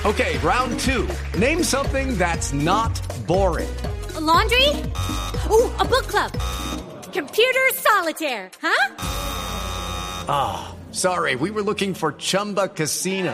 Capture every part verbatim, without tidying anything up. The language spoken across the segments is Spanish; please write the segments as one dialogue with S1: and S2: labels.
S1: Okay, round two. Name something that's not boring.
S2: A laundry? Ooh, a book club. Computer solitaire, huh?
S1: Ah, oh, sorry. We were looking for Chumba Casino.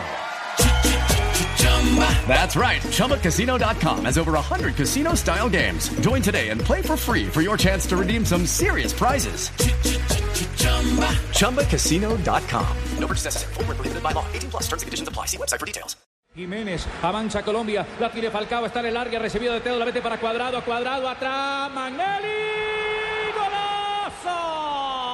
S1: That's right. Chumba Casino dot com has over one hundred casino-style games. Join today and play for free for your chance to redeem some serious prizes. Chumba Casino dot com. No purchase necessary. Void where prohibited by law. eighteen plus. Terms and conditions apply. See website for details.
S3: Jiménez, avanza Colombia, la tiene Falcao, está en el área, recibido de Teo, la mete para Cuadrado, Cuadrado, atrás, Magnelli, ¡golazo!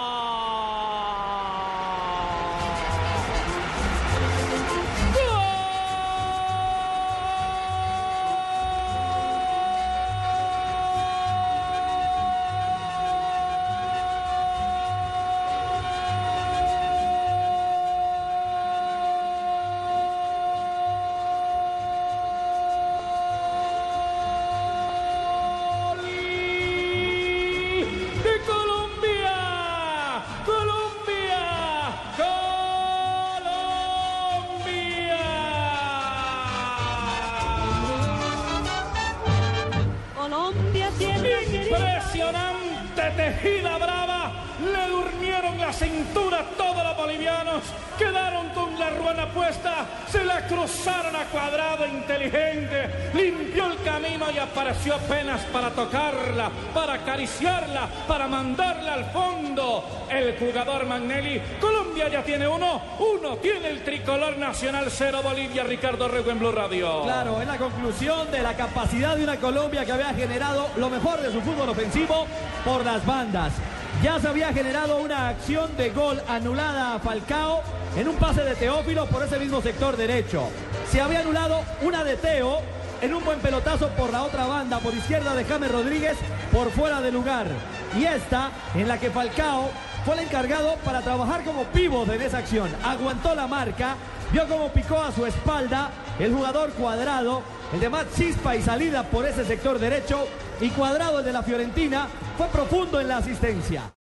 S3: Impresionante tejida brava, le durmieron la cintura a todos los bolivianos, quedaron con la ruana puesta, se la cruzaron a Cuadrado inteligente, limpió el camino y apareció apenas para tocarla, para acariciarla, para mandarla al fondo. El jugador Magnelli, Colombia ya tiene uno, uno tiene el tricolor nacional, cero Bolivia. Ricardo Rego en Blue Radio.
S4: Claro, es la conclusión de la capacidad de una Colombia que había generado lo mejor de su fútbol ofensivo por las bandas. Ya se había generado una acción de gol anulada a Falcao en un pase de Teófilo por ese mismo sector derecho. Se había anulado una de Teo en un buen pelotazo por la otra banda, por izquierda de James Rodríguez, por fuera de lugar. Y esta, en la que Falcao fue el encargado para trabajar como pívot en esa acción. Aguantó la marca, vio cómo picó a su espalda el jugador Cuadrado, el de más chispa y salida por ese sector derecho, y Cuadrado, el de la Fiorentina, fue profundo en la asistencia.